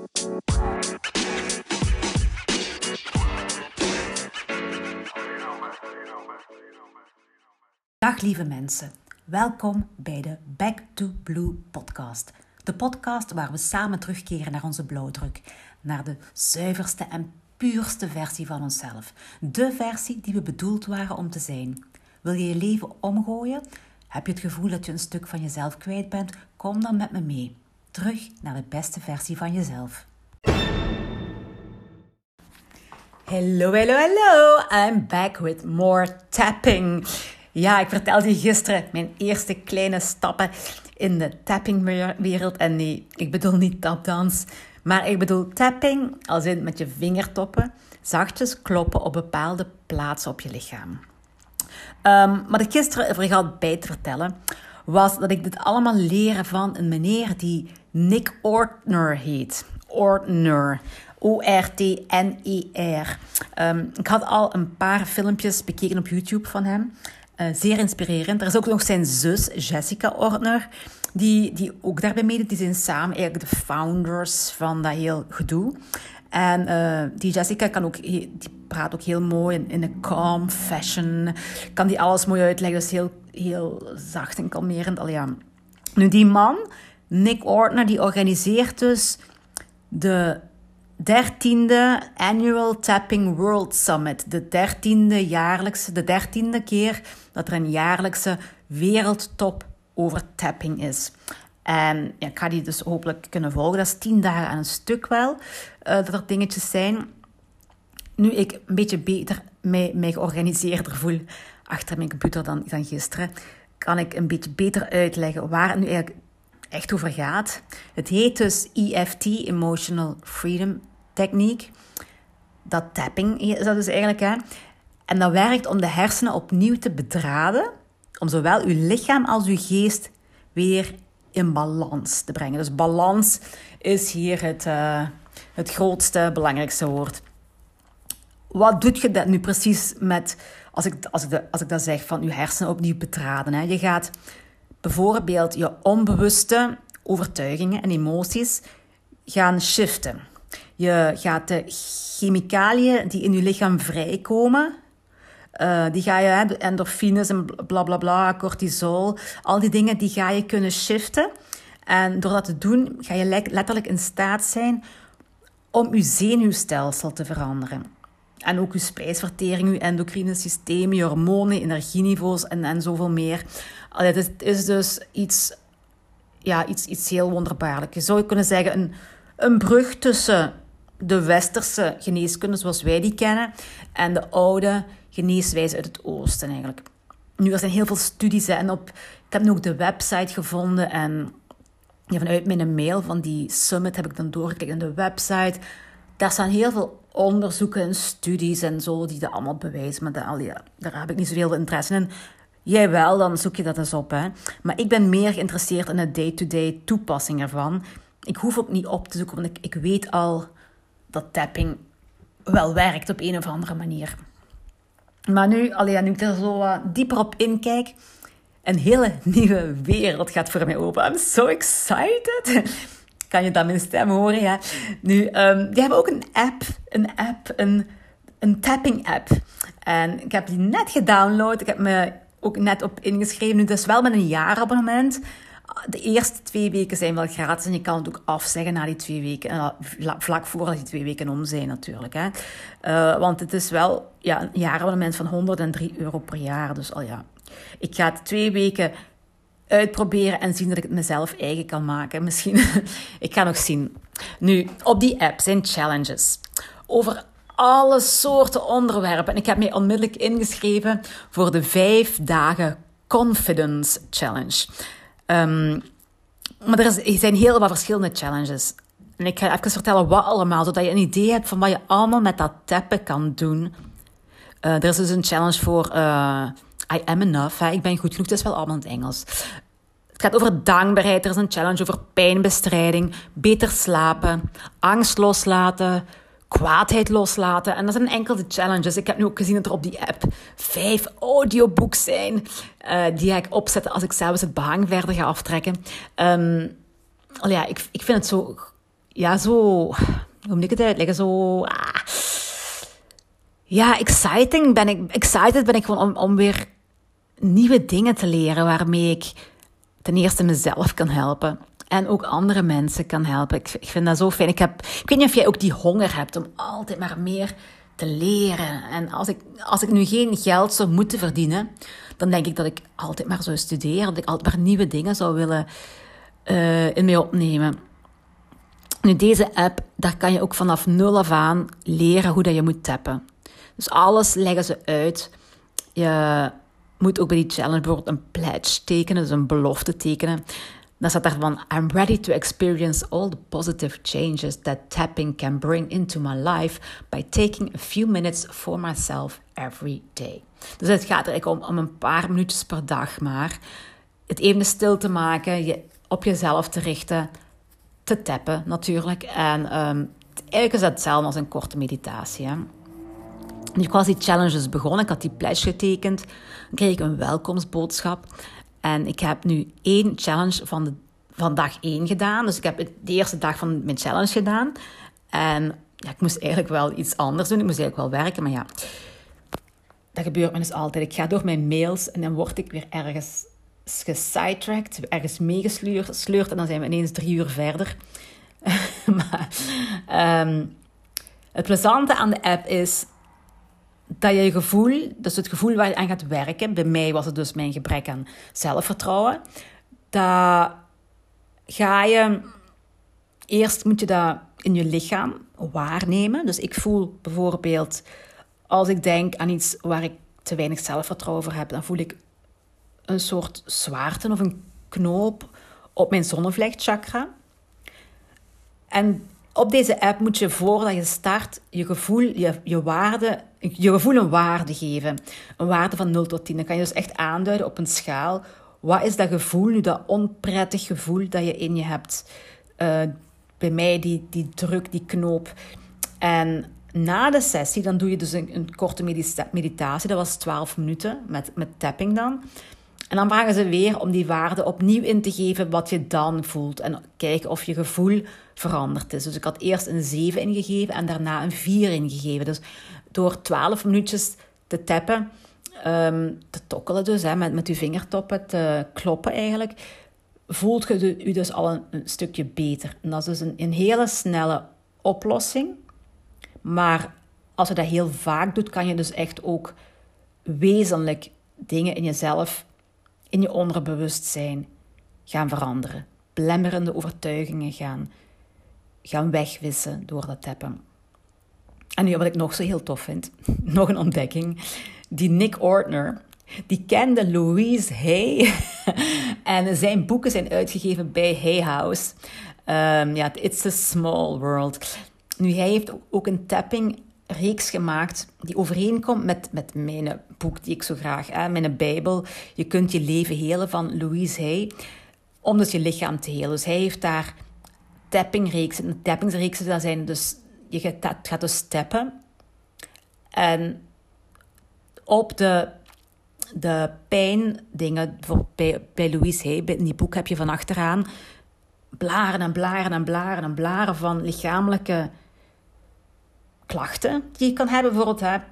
Dag lieve mensen, welkom bij de Back to Blue podcast. De podcast waar we samen terugkeren naar onze blauwdruk, naar de zuiverste en puurste versie van onszelf. De versie die we bedoeld waren om te zijn. Wil je je leven omgooien? Heb je het gevoel dat je een stuk van jezelf kwijt bent? Kom dan met me mee. Terug naar de beste versie van jezelf. Hello. I'm back with more tapping. Ja, ik vertelde je gisteren mijn eerste kleine stappen in de tappingwereld. En nee, ik bedoel niet tapdans, maar ik bedoel tapping als in met je vingertoppen zachtjes kloppen op bepaalde plaatsen op je lichaam. Wat ik gisteren vergat bij te vertellen, was dat ik dit allemaal leerde van een meneer die Nick Ortner heet. Ortner. O-R-T-N-E-R. Ik had al een paar filmpjes bekeken op YouTube van hem. Zeer inspirerend. Er is ook nog zijn zus, Jessica Ortner, die ook daarbij meedoet. Die zijn samen eigenlijk de founders van dat heel gedoe. En die Jessica die praat ook heel mooi in een calm fashion. Kan die alles mooi uitleggen. Dus heel zacht en kalmerend. Nu, die man, Nick Ortner, die organiseert dus de 13e Annual Tapping World Summit. De 13e keer dat er een jaarlijkse wereldtop over tapping is. En ik ga die dus hopelijk kunnen volgen. Dat is 10 dagen aan een stuk wel, dat er dingetjes zijn. Nu ik een beetje beter mij georganiseerder voel achter mijn computer dan gisteren, kan ik een beetje beter uitleggen waar het nu eigenlijk echt over gaat. Het heet dus EFT, Emotional Freedom Techniek. Dat tapping is dat dus eigenlijk. Hè? En dat werkt om de hersenen opnieuw te bedraden, om zowel uw lichaam als uw geest weer in balans te brengen. Dus balans is hier het grootste, belangrijkste woord. Wat doet je dat nu precies met, als ik dat zeg, van je hersenen opnieuw bedraden? Hè? Je gaat bijvoorbeeld je onbewuste overtuigingen en emoties gaan shiften. Je gaat de chemicaliën die in je lichaam vrijkomen, die ga je, de endorfines en blablabla, cortisol, al die dingen, die ga je kunnen shiften. En door dat te doen, ga je letterlijk in staat zijn om je zenuwstelsel te veranderen. En ook je spijsvertering, je endocrine systeem, je hormonen, energieniveaus en zoveel meer. Het is dus iets heel wonderbaarlijks. Je zou kunnen zeggen, een brug tussen de westerse geneeskunde zoals wij die kennen en de oude geneeswijze uit het oosten eigenlijk. Nu, er zijn heel veel studies en ik heb nu ook de website gevonden en vanuit mijn mail van die summit heb ik dan doorgeklikt in de website. Daar staan heel veel onderzoeken en studies en zo die dat allemaal bewijzen, maar daar heb ik niet zoveel interesse in. Jij wel, dan zoek je dat eens op. Hè. Maar ik ben meer geïnteresseerd in de day-to-day toepassing ervan. Ik hoef ook niet op te zoeken, want ik weet al dat tapping wel werkt op een of andere manier. Maar nu ik er zo dieper op inkijk, een hele nieuwe wereld gaat voor mij open. I'm so excited. Kan je dat mijn stem horen? Ja. Nu, die hebben ook een tapping app. En ik heb die net gedownload. Ik heb me ook net op ingeschreven. Nu, dus wel met een jaarabonnement. De eerste 2 weken zijn wel gratis en je kan het ook afzeggen na die 2 weken. En vlak voordat die 2 weken om zijn natuurlijk. Hè. Want het is wel een jaarabonnement van €103 per jaar. Dus ik ga het 2 weken uitproberen en zien dat ik het mezelf eigen kan maken. Misschien, ik ga nog zien. Nu, op die app zijn challenges over alle soorten onderwerpen. En ik heb mij onmiddellijk ingeschreven voor de 5 dagen Confidence Challenge. Maar er zijn heel wat verschillende challenges. En ik ga even vertellen wat allemaal, zodat je een idee hebt van wat je allemaal met dat tappen kan doen. Er is dus een challenge voor I am enough. Hè. Ik ben goed genoeg, het is wel allemaal in het Engels. Het gaat over dankbaarheid. Er is een challenge over pijnbestrijding, beter slapen, angst loslaten, kwaadheid loslaten. En dat zijn enkele challenges. Ik heb nu ook gezien dat er op die app 5 audiobooks zijn. Die ga ik opzetten als ik zelfs het behang verder ga aftrekken. Ik vind het zo ja, zo, hoe moet ik het uitleggen? Zo, ja, excited ben ik gewoon om weer nieuwe dingen te leren waarmee ik ten eerste mezelf kan helpen en ook andere mensen kan helpen. Ik vind dat zo fijn. Ik weet niet of jij ook die honger hebt om altijd maar meer te leren. En als ik nu geen geld zou moeten verdienen, dan denk ik dat ik altijd maar zou studeren, dat ik altijd maar nieuwe dingen zou willen in mij opnemen. Nu, deze app, daar kan je ook vanaf 0 af aan leren hoe dat je moet tappen. Dus alles leggen ze uit. Je moet ook bij die challenge bijvoorbeeld een pledge tekenen, dus een belofte tekenen. Dan staat daar van: I'm ready to experience all the positive changes that tapping can bring into my life by taking a few minutes for myself every day. Dus het gaat er eigenlijk om een paar minuutjes per dag maar. Het even stil te maken, je op jezelf te richten, te tappen natuurlijk. En eigenlijk is dat hetzelfde als een korte meditatie. Hè? Nu, ik was die challenges begonnen, ik had die pledge getekend. Dan kreeg ik een welkomstboodschap. En ik heb nu 1 challenge van dag 1 gedaan. Dus ik heb de eerste dag van mijn challenge gedaan. En ja, ik moest eigenlijk wel iets anders doen. Ik moest eigenlijk wel werken, maar ja. Dat gebeurt me dus altijd. Ik ga door mijn mails en dan word ik weer ergens gesidetracked, ergens meegesleurd. En dan zijn we ineens 3 uur verder. Maar het plezante aan de app is dat je gevoel, dus het gevoel waar je aan gaat werken, bij mij was het dus mijn gebrek aan zelfvertrouwen, dat ga je, eerst moet je dat in je lichaam waarnemen. Dus ik voel bijvoorbeeld, als ik denk aan iets waar ik te weinig zelfvertrouwen voor heb, dan voel ik een soort zwaarte of een knoop op mijn zonnevlechtchakra. En op deze app moet je, voordat je start, je gevoel een waarde geven. Een waarde van 0 tot 10. Dan kan je dus echt aanduiden op een schaal. Wat is dat gevoel, nu dat onprettig gevoel dat je in je hebt? Bij mij die druk, die knoop. En na de sessie, dan doe je dus een korte meditatie. Dat was 12 minuten, met tapping dan. En dan vragen ze weer om die waarde opnieuw in te geven wat je dan voelt. En kijken of je gevoel veranderd is. Dus ik had eerst een 7 ingegeven en daarna een 4 ingegeven. Dus door 12 minuutjes te tappen, te tokkelen dus, hè, met je vingertoppen te kloppen eigenlijk, voelt je dus al een stukje beter. En dat is dus een hele snelle oplossing. Maar als je dat heel vaak doet, kan je dus echt ook wezenlijk dingen in jezelf, in je onderbewustzijn gaan veranderen. Belemmerende overtuigingen gaan wegwissen door dat tappen. En nu wat ik nog zo heel tof vind, nog een ontdekking. Die Nick Ortner, die kende Louise Hay. En zijn boeken zijn uitgegeven bij Hay House. It's a Small World. Nu, hij heeft ook een tappingreeks gemaakt die overeenkomt met mijn boek die ik zo graag, mijn Bijbel. Je kunt je leven helen van Louise Hay, om dus je lichaam te helen. Dus hij heeft daar tappingreeksen. En tappingsreeksen, dat zijn dus, je gaat dus tappen. En op de pijndingen, bij Louise Hay, in die boek heb je van achteraan blaren en blaren en blaren en blaren van lichamelijke klachten die je kan hebben. Bijvoorbeeld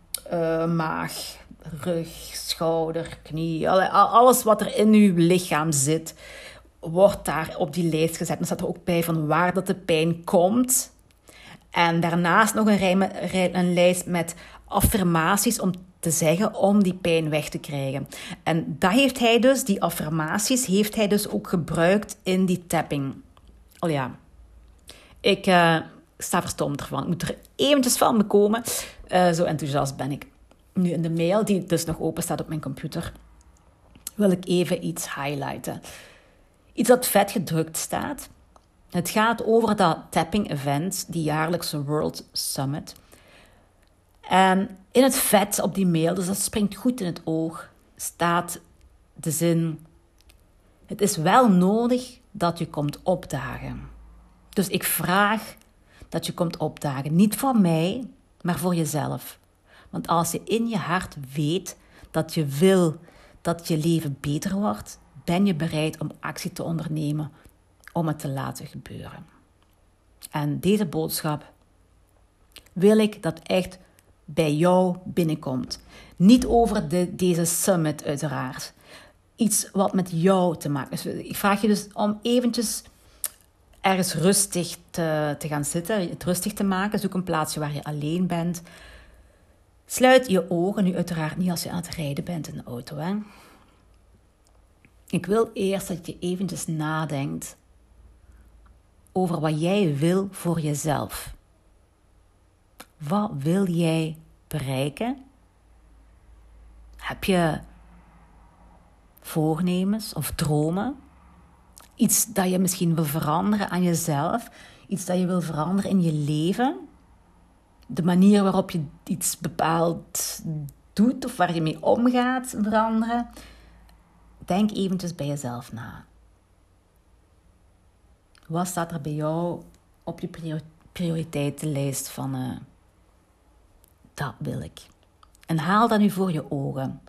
maag, rug, schouder, knie. Alles wat er in je lichaam zit, wordt daar op die lijst gezet. Dan staat er ook bij van waar dat de pijn komt. En daarnaast nog een lijst met affirmaties om te zeggen om die pijn weg te krijgen. En dat heeft hij dus, die affirmaties, heeft hij dus ook gebruikt in die tapping. Oh ja, ik sta verstomd ervan. Ik moet er eventjes van bekomen. Zo enthousiast ben ik. Nu in de mail, die dus nog open staat op mijn computer, wil ik even iets highlighten. Iets dat vet gedrukt staat. Het gaat over dat tapping event, die jaarlijkse World Summit. En in het vet op die mail, dus dat springt goed in het oog, staat de zin: het is wel nodig dat je komt opdagen. Dus ik vraag dat je komt opdagen. Niet voor mij, maar voor jezelf. Want als je in je hart weet dat je wil dat je leven beter wordt, ben je bereid om actie te ondernemen om het te laten gebeuren. En deze boodschap wil ik dat echt bij jou binnenkomt. Niet over deze summit uiteraard. Iets wat met jou te maken. Dus ik vraag je dus om eventjes ergens rustig te gaan zitten. Het rustig te maken. Zoek een plaatsje waar je alleen bent. Sluit je ogen. Nu uiteraard niet als je aan het rijden bent in de auto. Hè? Ik wil eerst dat je eventjes nadenkt over wat jij wil voor jezelf. Wat wil jij bereiken? Heb je voornemens of dromen? Iets dat je misschien wil veranderen aan jezelf? Iets dat je wil veranderen in je leven? De manier waarop je iets bepaald doet of waar je mee omgaat veranderen? Denk eventjes bij jezelf na. Wat staat er bij jou op je prioriteitenlijst van dat wil ik? En haal dat nu voor je ogen.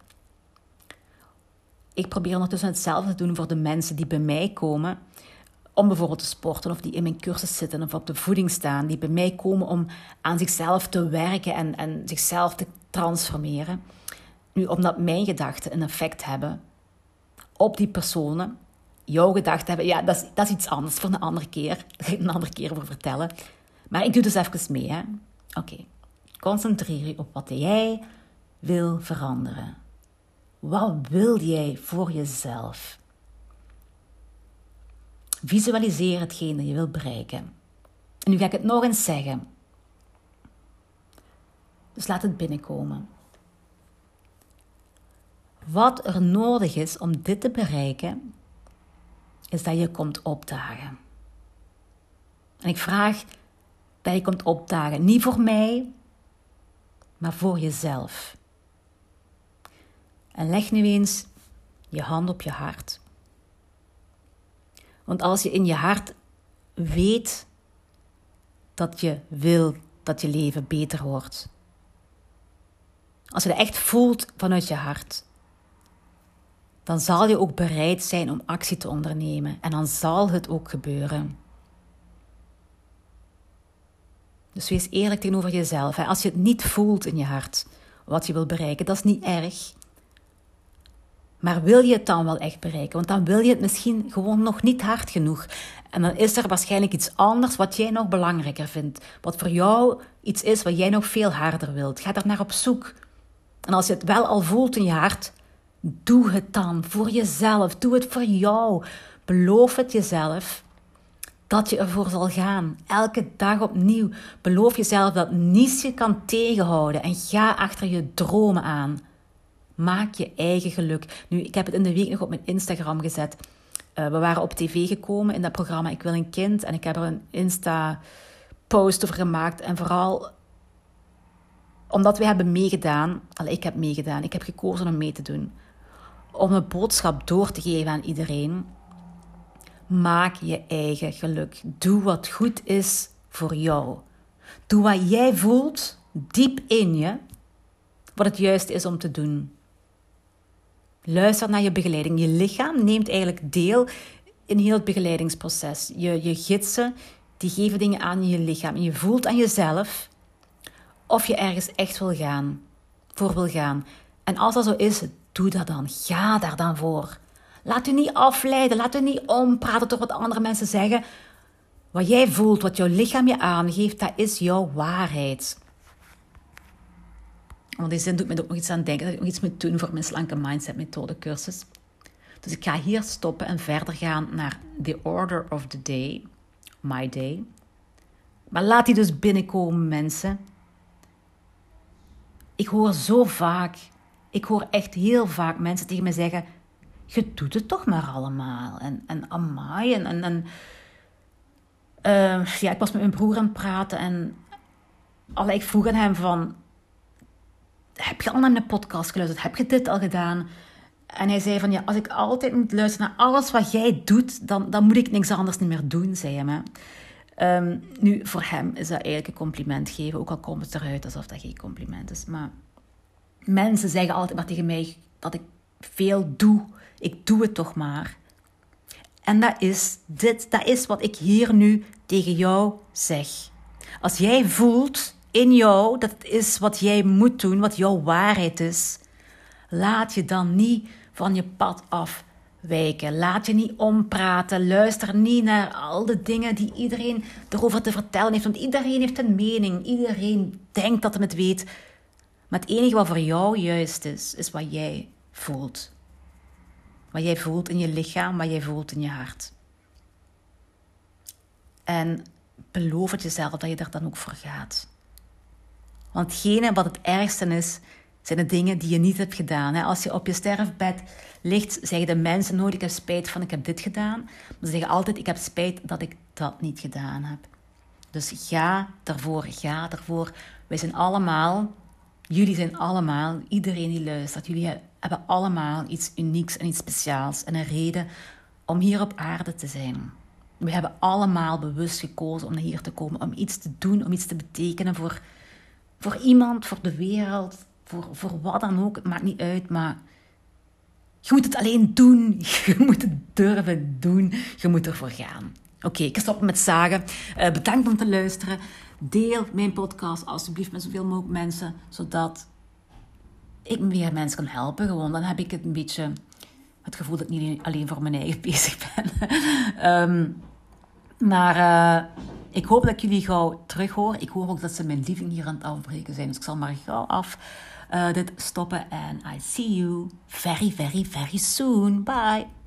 Ik probeer ondertussen hetzelfde te doen voor de mensen die bij mij komen om bijvoorbeeld te sporten of die in mijn cursus zitten of op de voeding staan, die bij mij komen om aan zichzelf te werken en zichzelf te transformeren. Nu, omdat mijn gedachten een effect hebben op die personen, jouw gedachten hebben, ja, dat is iets anders voor een andere keer. Daar ga ik een andere keer over vertellen. Maar ik doe dus even mee, hè. Oké. Concentreer je op wat jij wil veranderen. Wat wil jij voor jezelf? Visualiseer hetgeen dat je wilt bereiken. En nu ga ik het nog eens zeggen. Dus laat het binnenkomen. Wat er nodig is om dit te bereiken, is dat je komt opdagen. En ik vraag dat je komt opdagen. Niet voor mij, maar voor jezelf. En leg nu eens je hand op je hart. Want als je in je hart weet dat je wil dat je leven beter wordt. Als je dat echt voelt vanuit je hart. Dan zal je ook bereid zijn om actie te ondernemen. En dan zal het ook gebeuren. Dus wees eerlijk tegenover jezelf. Hè. Als je het niet voelt in je hart, wat je wil bereiken, dat is niet erg. Maar wil je het dan wel echt bereiken? Want dan wil je het misschien gewoon nog niet hard genoeg. En dan is er waarschijnlijk iets anders wat jij nog belangrijker vindt. Wat voor jou iets is wat jij nog veel harder wilt. Ga daar naar op zoek. En als je het wel al voelt in je hart, doe het dan voor jezelf. Doe het voor jou. Beloof het jezelf dat je ervoor zal gaan. Elke dag opnieuw. Beloof jezelf dat niets je kan tegenhouden. En ga achter je dromen aan. Maak je eigen geluk. Nu, ik heb het in de week nog op mijn Instagram gezet. We waren op tv gekomen in dat programma Ik Wil een Kind. En ik heb er een Insta-post over gemaakt. En vooral omdat we hebben meegedaan. Ik heb meegedaan. Ik heb gekozen om mee te doen. Om een boodschap door te geven aan iedereen. Maak je eigen geluk. Doe wat goed is voor jou. Doe wat jij voelt, diep in je, wat het juiste is om te doen. Luister naar je begeleiding. Je lichaam neemt eigenlijk deel in heel het begeleidingsproces. Je gidsen, die geven dingen aan in je lichaam. En je voelt aan jezelf of je ergens echt voor wil gaan. En als dat zo is, doe dat dan. Ga daar dan voor. Laat u niet afleiden. Laat u niet ompraten door wat andere mensen zeggen. Wat jij voelt, wat jouw lichaam je aangeeft, dat is jouw waarheid. Want die zin doet me ook nog iets aan denken. Dat ik nog iets moet doen voor mijn slanke mindset methode cursus. Dus ik ga hier stoppen en verder gaan naar the order of the day. My day. Maar laat die dus binnenkomen, mensen. Ik hoor echt heel vaak mensen tegen mij zeggen, je doet het toch maar allemaal. En amai. Ik was met mijn broer aan het praten en ik vroeg aan hem van, heb je al naar een podcast geluisterd? Heb je dit al gedaan? En hij zei van, ja, als ik altijd moet luisteren naar alles wat jij doet, dan moet ik niks anders niet meer doen, zei hij me. Nu, voor hem is dat eigenlijk een compliment geven, ook al komt het eruit alsof dat geen compliment is. Maar mensen zeggen altijd maar tegen mij dat ik veel doe. Ik doe het toch maar. En dat is wat ik hier nu tegen jou zeg. Als jij voelt in jou dat het is wat jij moet doen, wat jouw waarheid is, laat je dan niet van je pad afwijken. Laat je niet ompraten. Luister niet naar al de dingen die iedereen erover te vertellen heeft. Want iedereen heeft een mening. Iedereen denkt dat hij het weet. Maar het enige wat voor jou juist is wat jij voelt. Wat jij voelt in je lichaam, wat jij voelt in je hart. En beloof het jezelf dat je er dan ook voor gaat. Want hetgene wat het ergste is, zijn de dingen die je niet hebt gedaan. Als je op je sterfbed ligt, zeggen de mensen nooit, ik heb spijt van ik heb dit gedaan. Maar ze zeggen altijd, ik heb spijt dat ik dat niet gedaan heb. Dus ga daarvoor. Wij zijn allemaal, jullie zijn allemaal, iedereen die luistert, jullie hebben allemaal iets unieks en iets speciaals. En een reden om hier op aarde te zijn. We hebben allemaal bewust gekozen om hier te komen, om iets te doen, om iets te betekenen voor iemand, voor de wereld, voor wat dan ook. Het maakt niet uit, maar je moet het alleen doen. Je moet het durven doen. Je moet ervoor gaan. Oké, ik stop met zagen. Bedankt om te luisteren. Deel mijn podcast alsjeblieft met zoveel mogelijk mensen, zodat ik meer mensen kan helpen. Gewoon, dan heb ik het een beetje het gevoel dat ik niet alleen voor mijn eigen bezig ben. Maar ik hoop dat ik jullie gauw terug hoor. Ik hoor ook dat ze mijn living hier aan het afbreken zijn. Dus ik zal maar gauw dit stoppen. En I see you very, very, very soon. Bye.